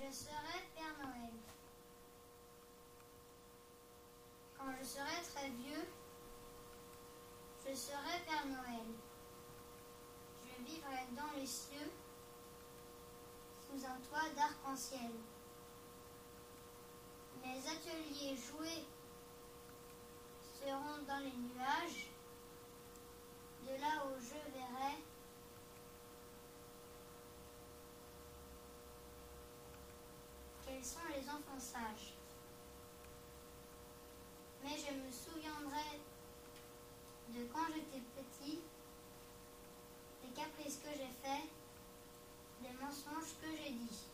Je serai Père Noël. Quand je serai très vieux, je serai Père Noël. Je vivrai dans les cieux, sous un toit d'arc-en-ciel. Mes ateliers jouets seront dans les nuages, de là où je verrai quels sont les enfants sages. Mais je me souviendrai de quand j'étais petit, des caprices que j'ai faits, des mensonges que j'ai dit.